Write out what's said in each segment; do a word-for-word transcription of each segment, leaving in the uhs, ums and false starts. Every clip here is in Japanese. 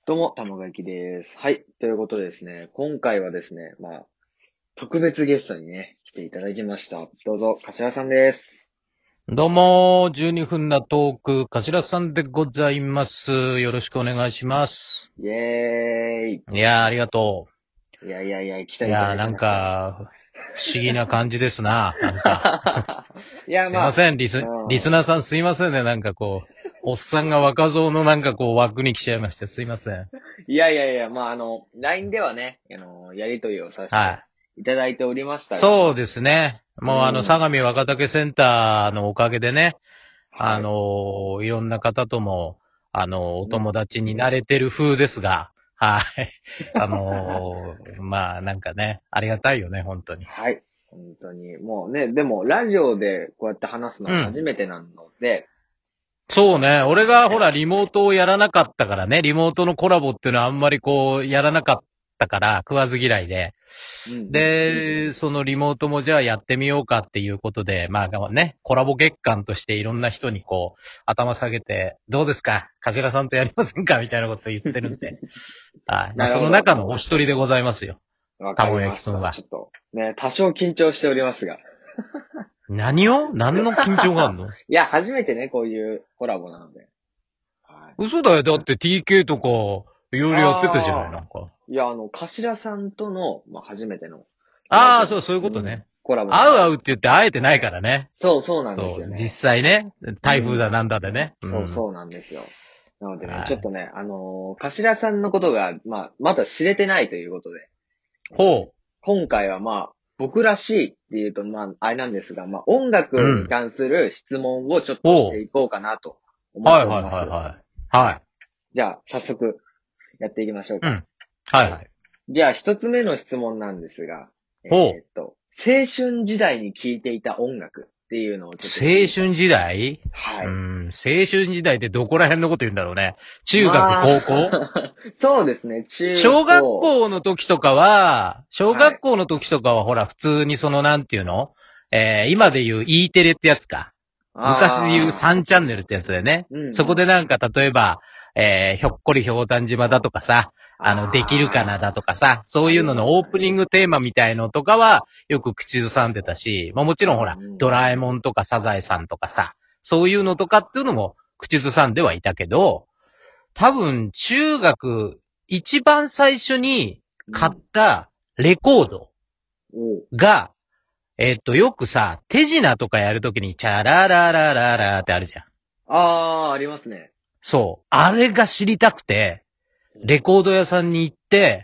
どうも、たまがきです。はい。ということでですね、今回はですね、まあ、特別ゲストにね、来ていただきました。どうぞ、柏さんです。 どうも、じゅうにふんなトーク、頭さんでございます。よろしくお願いします。 イエいやー、ありがとーイ。いやいやいや、来う。 ていただいやー、なんきましたよ。 か、不思議な感じですな。なんか。 いや、まあ、 すいません、リス、リスうん。 ナーさんすいませんね。なんかこう、おっさんが若造のなんかこう枠に来ちゃいまして、すいません。 いやいやいや、まあ、あの、ライン ではね、あの、やりとりをさせてはい。 いただいておりましたが、まあ、 そうですね。 うもうあの、 ん。 相模若竹センターのおかげでね、あはい。 のーいろんな方とも、あのーおうん。 友達になれてる風ですが、はい。あのーまあ、なんかね、ありがたいよね、本当に。 はい。本当に。もうね、でも、ラジオでこうやって話すのは初うん。 めてなので、 そうね。俺がほね。 ら、リモートをやらなかったからね、リモートのコラボっていうのはあんまりこう、やらなかったから、食わず嫌いで。 うんうん。 で、そのリモートもじゃあやってみようかっていうことで、まあね、コラボ月間としていろんな人にこう、頭下げて、どうですか頭さんとやりませんかみたいなことを言ってるんで。はい。まあそのなるほど。 中のお一人でございますよ。 わかたもりました。 やきくんは。 ちょっと、ね、多少緊張しておりますが。 何を何の緊張があんの？ いや、初めてね、こういうコラボなので。はい。 嘘だよ。だって ティーケー とか、いろいろやってたじゃない、 ああ、 なんか。 いや、あの、頭さんとの、まあ、初めてのラああ、そう、 ジオ、 そういうことうん、 ね。 コラボな会うので。 会うって言って会えてないからね。 そう、そうなんですそう、実よね。 際ね。台風だうん。 なんだでね。うん。 そうそうなんですよ。なのでね、 はい。 ちょっとね、あのー頭さんのことが、まあ、まだ知れてないということで、えーほ今回はまあ、僕らしいっていうと、まあ、あれなんですが、まあ、音楽う。うにん。 関する質問をちょっとしほう。 ていこうかなと思っはいはいております。 はいはい。 はい。 はい。 じゃあ、早速、やっていきましょうか。 うん。ははい。 いはい。 じゃあ、一つ目の質問なんですが、えほう。 ーっと、青春時代に聴いていた音楽っていうのをちょっと聞いてみたい。 青春時代はい。 うん、青春時代ってどこら辺のこと言うんだろうね。中学、 まあ、 高校そうですね。中小学高。 校の時とかは、小はい。 学校の時とかはほら普通にそのなんていうのえー、今で言う E テレってやつか。昔で言うああ、 さんチャンネルってやつだよね。 うんそこうん。 でなんか例えば、えー、ひょっこりひょうたん島だとかさ、あの、できるかなだとあかさ、そあ、ありういうのましたね。 のオープニングテーマみたいのとかは、よく口ずさんでたし、まあもちろんほら、 うんうん。 ドラえもんとかサザエさんとかさ、そういうのとかっていうのも口ずさんではいたけど、多分中学一番最初に買っうん。 たレコードおう。 が、えっと、よくさ、手品とかやるときに、チャラララララってあるじゃん。 ああ、ありますね。 そう。あれが知りたくて、レコード屋さんに行って、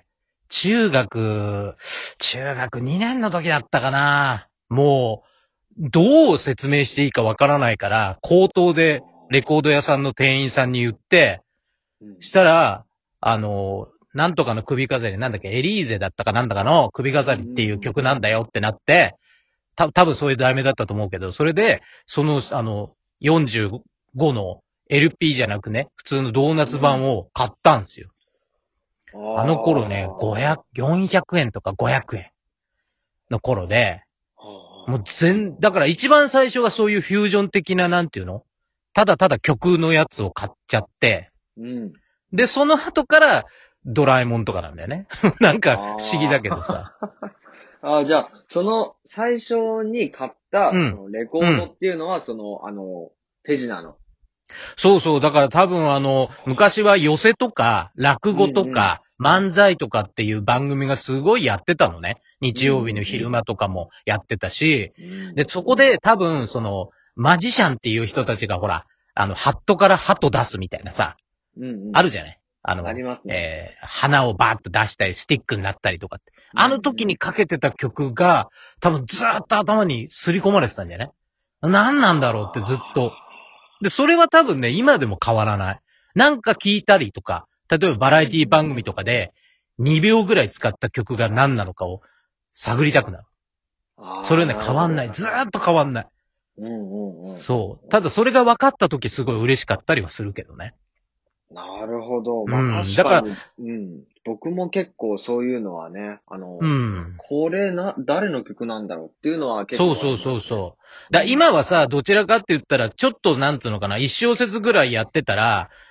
中学、中学にねんの時だったかな。もう、どう説明していいかわからないから、口頭でレコード屋さんの店員さんに言って、 うん。 したら、あの、なんとかの首飾り、なんだっけ、エリーゼだったかなんだかの首うん飾りっていううん曲なんだよってなって、た、多分そういう題名だったと思うけど、それで、その、あの、よんじゅうごの エルピー じゃなくね、普通のドーナうん。うん。 ツ版を買ったんですよ。 ああの頃ね、ごひゃく、 あ。 よんひゃくえんとかごひゃくえんの頃で、もうは全、だから一番最初がそういうフュージョン的な、なんていうのただただ曲のやつを買っちゃって、 うん。 で、その後からドラえもんとかなんだよね。なんか不思議だあけどさ。 あ。ああ、じゃあ、その、最初に買った、そうん。 の、レコードうん。 っていうのは、その、あの、手品の。 そうそう。だから多分あの、昔は寄せとか、落語とうんうん。 か、漫才とかっていう番組がすごいやってたのね。 うんう日曜日の昼ん間とかもやってたし。 うん。うん。 で、そこで多分その、マジシャンっていう人たちがほら、あの、ハットからハト出すみたいなさ、 うんうん。 あるじゃないあありの、 ますね。 えー、花をバーッと出したり、スティックになったりとかって。 うんうあの時にん。 かけてた曲が、多分ずーっと頭に刷り込まれてたんじゃない何なんだろうってずっと。で、それは多分ね、今でも変わらない。なんか聞いたりとか、例えばバラエティ番組とかで、にびょうぐらい使った曲が何なのかを探りたくなる。そああ、 れはね、 なるほど。 変わんない。ずーっと変わんない。 うんうんうん。 そう。ただそれが分かった時すごい嬉しかったりはするけどね。 なるほど。まあうん。だから、 確かに、うん。僕も結構そういうのはね、あうの、 ん。 これな、誰の曲なんだろうっていうのは結構あそうそうりますね。 そうそう。だうん。 今はさ、どちらかって言ったら、ちょっとなんつうのかな、一小節ぐらいやってたら、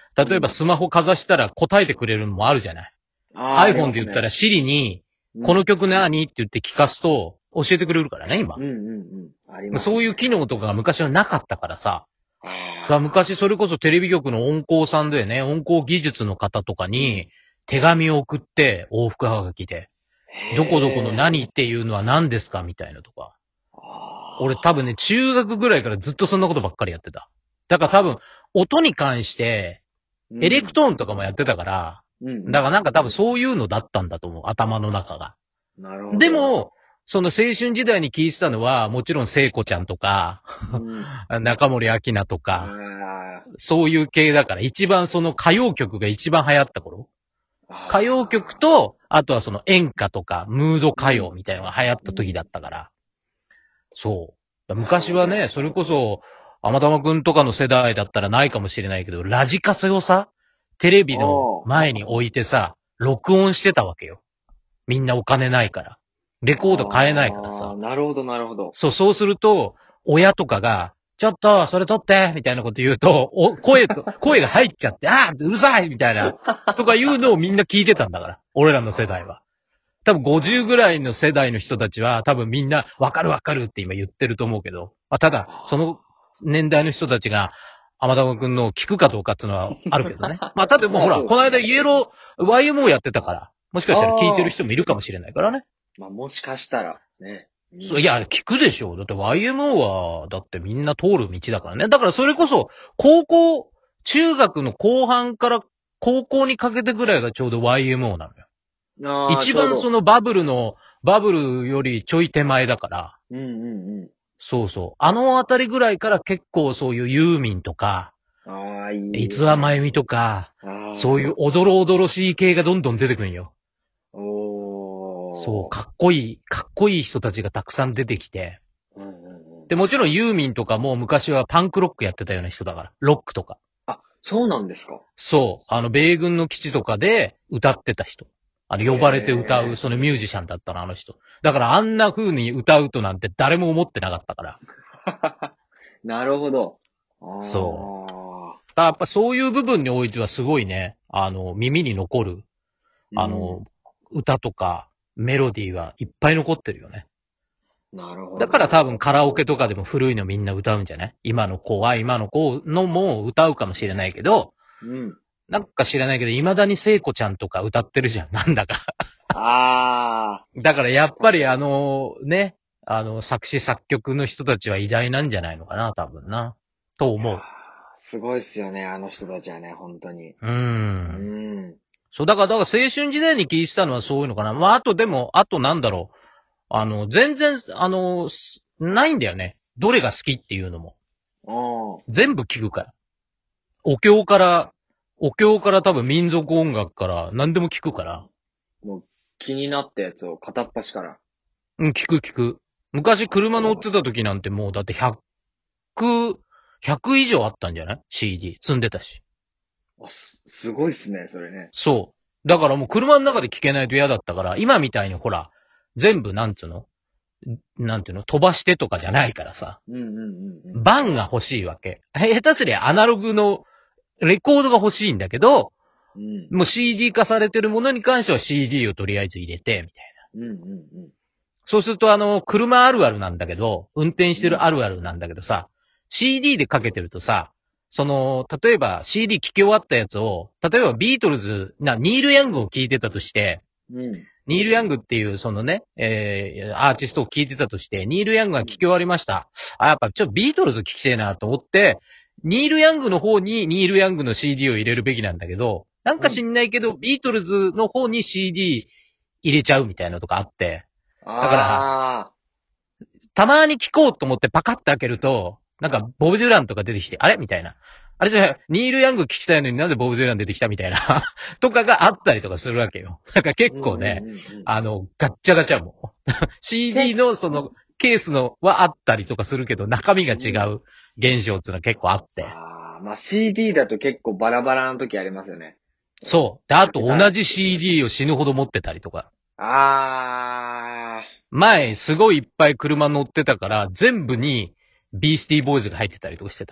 例えばスマホかざしたら答えてくれるのもあるじゃない。 あー iPhone で言ったら Siri に、 うんこの曲何って言って聞かすと、教えてくれるからね、今うん。うんうんうん。あります、ね。 そういう機能とかが昔はなかったからさ。 あだーから昔それこそテレビ局の音工さんでね、音工技術の方とかに手紙を送って往復はがきで、どこどこの何っていうのは何ですかみたいなとか。 あー俺多分ね、中学ぐらいからずっとそんなことばっかりやってた。だから多分、音に関して、エレクトーンとかもやってたから、 うんうんだからなんか多分そういうのだったんだと思う、頭の中が。 なるほど。 でも、その青春時代に聞いてたのは、もちろん聖子ちゃんとか、 うん、 中森明菜とか、 あそういう系だから一番その歌謡曲が一番流行った頃。 ー歌謡曲と、あとはその演歌とか、ムード歌謡みたいなのが流行った時だったから。そう。昔はね、それこそ、天玉くんとかの世代だったらないかもしれないけど、ラジカセをさ、テレビの前に置いてさ、録音してたわけよ。みんなお金ないから。レコード買えないからあさー。なるほど、なるほど。 そう、そうすると、親とかが、ちょっと、それ取ってみたいなこと言うと、お、声と、声が入っちゃって、ああ、うるさいみたいな、とかいうのをみんな聞いてたんだから。俺らの世代は。多分ごじゅうぐらいの世代の人たちは、多分みんな、わかるわかるって今言ってると思うけど、まあ、ただ、その年代の人たちが、天玉くんの聞くかどうかっていうのはあるけどね。まあ、ただもうほら、 まあそうですねこの間イエロー、ワイエムオー やってたから、もしかしたら聞いてる人もいるかもしれないからね。 まあ、もしかしたら、ね。うんそういや、聞くでしょ。だって ワイエムオー は、だってみんな通る道だからね。だからそれこそ、高校、中学の後半から高校にかけてぐらいがちょうど ワイエムオー なのよ。 あー一番そちょうのバブルの、バブルよりちょい手前だから。 どうんうんうそうそう。あのあたりぐらいから結構そういうユーミンとか、 ん。ああ、いい。 逸話真由美とか、 あーそういうおどろおどろしい系がどんどん出てくるんよ。 おー。 そう、かっこいい、かっこいい人たちがたくさん出てきて。 うんうんうん。 で、もちろんユーミンとかも昔はパンクロックやってたような人だから。ロックとか。 あ、そうなんですか。 そう。あの、米軍の基地とかで歌ってた人。あの、呼ばれて歌う、 へーそのミュージシャンだったの、あの人。だからあんな風に歌うとなんて誰も思ってなかったから。 なるほど。あそあ。 やっぱそういう部分においてはすごいね、あの、耳に残る、あの、歌とかメロディーはいっぱい残ってるよね。 うん、なるほど。 だから多分カラオケとかでも古いのみんな歌うんじゃない？今の子は今の子のも歌うかもしれないけど、 うん。 なんか知らないけど、未だに聖子ちゃんとか歌ってるじゃん、なんだか。 あだからやっぱりあの、ね、あの、作詞作曲の人たちは偉大なんじゃないのかな、多分な。とあ。 思う。 すごいっすよね、あの人たちはね、本当に。 う。 うんん。 そう、だから、だから青春時代に聞いてたのはそういうのかな。まあ、あとでも、あとなんだろう。あの、全然、あの、すないんだよね。どれが好きっていうのも。 あ全部聞くから。お経から、お経から多分民族音楽から何でも聞くから。 あ。もう気になったやつを片っ端から。 うん、聞く聞く。昔車乗ってた時なんてもうだってひゃく、ひゃく以上あったんじゃない ?シーディー 積んでたし。 あ、す、すごいっすね、それね。 そう。だからもう車の中で聞けないと嫌だったから、今みたいにほら、全部なんつうのなんていうの飛ばしてとかじゃないからさ。 うんうんうんうん。 バンが欲しいわけ。へ下手すりゃアナログのレコードが欲しいんだけど、 うん。 もう シーディー 化されてるものに関しては シーディー をとりあえず入れて、みたいな。 うんうんうん。 そうするとあの、車あるあるなんだけど、運転してるあるあるなんだけどさ、シーディー でかけてるとさ、その、例えば シーディー 聴き終わったやつを、例えばビートルズ、な、ニール・ヤングを聴いてたとして、 うん。 ニール・ヤングっていうそのね、えー、アーティストを聴いてたとして、ニール・ヤングが聴き終わりました。あ、やっぱちょっとビートルズ聴きてえなと思って、ニール・ヤングの方にニール・ヤングの シーディー を入れるべきなんだけど、なんか知んないけど、ビートルズの方に シーディー 入れちゃうみたいなのとかあって、 だからたまに聴こうと思ってパカッて開けると、なんかボブ・デュランとか出てきて、あれみたいな。あれじゃ、ニール・ヤング聞きたいのになんでボブ・デュラン出てきたみたいな、とかがあったりとかするわけよ。だから結構ね、あの、ガッチャガチャも。シーディー のその、ケースのはあったりとかするけど、中身が違う現象っていうのは結構あって。 ああ、まあ シーディー だと結構バラバラな時ありますよね。 そう。で、あと同じ シーディー を死ぬほど持ってたりとか。 ああ、 前、すごいいっぱい車乗ってたから、全部にビースティーボーイズが入ってたりとかしてた。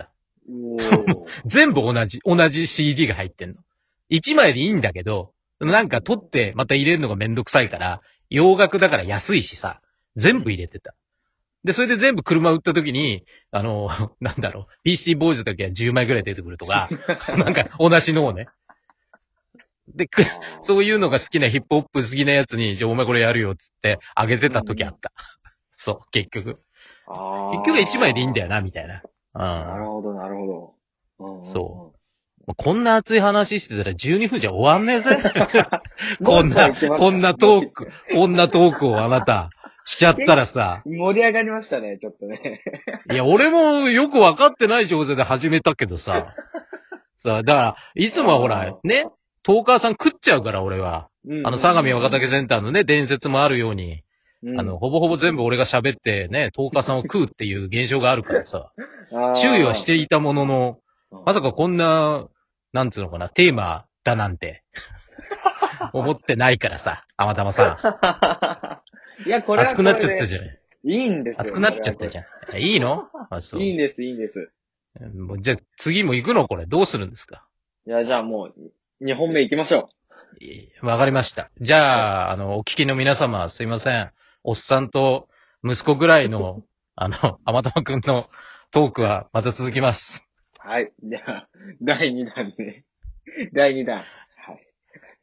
おー。 全部同じ、同じ シーディー が入ってんの。いちまいでいいんだけど、なんか取ってまた入れるのがめんどくさいから、洋楽だから安いしさ、全部入れてた。で、それで全部車売った時に、あの、なんだろう、ピーシー ボーイズだけはじゅうまいぐらい出てくるとか、なんか同じのをね。で、くそういうのが好きなヒップホップ好きなやつに、じゃあお前これやるよっつってあげてた時あった。そう、結局。 あ結局いちまいでいいんだよな、みたいな。うん。 なるほど、なるほど。うんうんうん、 そこんな熱い話してたらじゅうにふんじゃ終わんねえぜ。こんもうな、 一個いけますこんなトーク、こんなトークをあなた、しちゃったらさ。 盛り上がりましたね、ちょっとね。 いや、俺もよくわかってない状態で始めたけどさ。さあ、だから、いつもはほら、ね、トーカーさん食っちゃうから、俺は。あの、相模若竹センターのね、伝説もあるように、うん、あの、ほぼほぼ全部俺が喋ってね、トーカーさんを食うっていう現象があるからさ。注意はしていたものの、まさかこんな、なんつうのかな、テーマだなんて、思ってないからさ、あまたまさん。いや、これは熱くなっちゃったじゃん。いいいんですよ。 熱くなっちゃったじゃん。いいのあ、そう。 いいんです、いいんです。 じゃあ、次も行くのこれ。どうするんですか？ いや、じゃあもう、にほんめ行きましょう。わかりました。じゃあ、あの、お聞きの皆様、すいません。おっさんと息子ぐらいの、あの、あまたまくんのトークはまた続きます。 はい。じゃあ、だいにだんね。だいにだん。はい。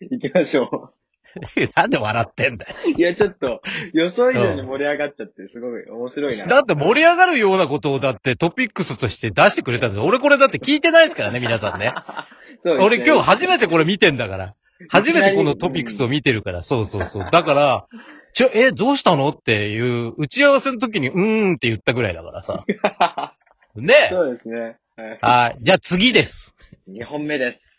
行きましょう。なんで笑ってんだよ。 いや、ちょっと、予想以上に盛り上がっちゃって、すごい面白いな。 だって盛り上がるようなことをだってトピックスとして出してくれたんだよ。俺これだって聞いてないですからね、皆さんね。そうですね。俺今日初めてこれ見てんだから。初めてこのトピックスを見てるから。そうそうそう。だから、ちょ、え、どうしたのっていう、打ち合わせの時に、うーんって言ったぐらいだからさ。ねえ。 そうですね。 はい。じゃあ次です。 にほんめです。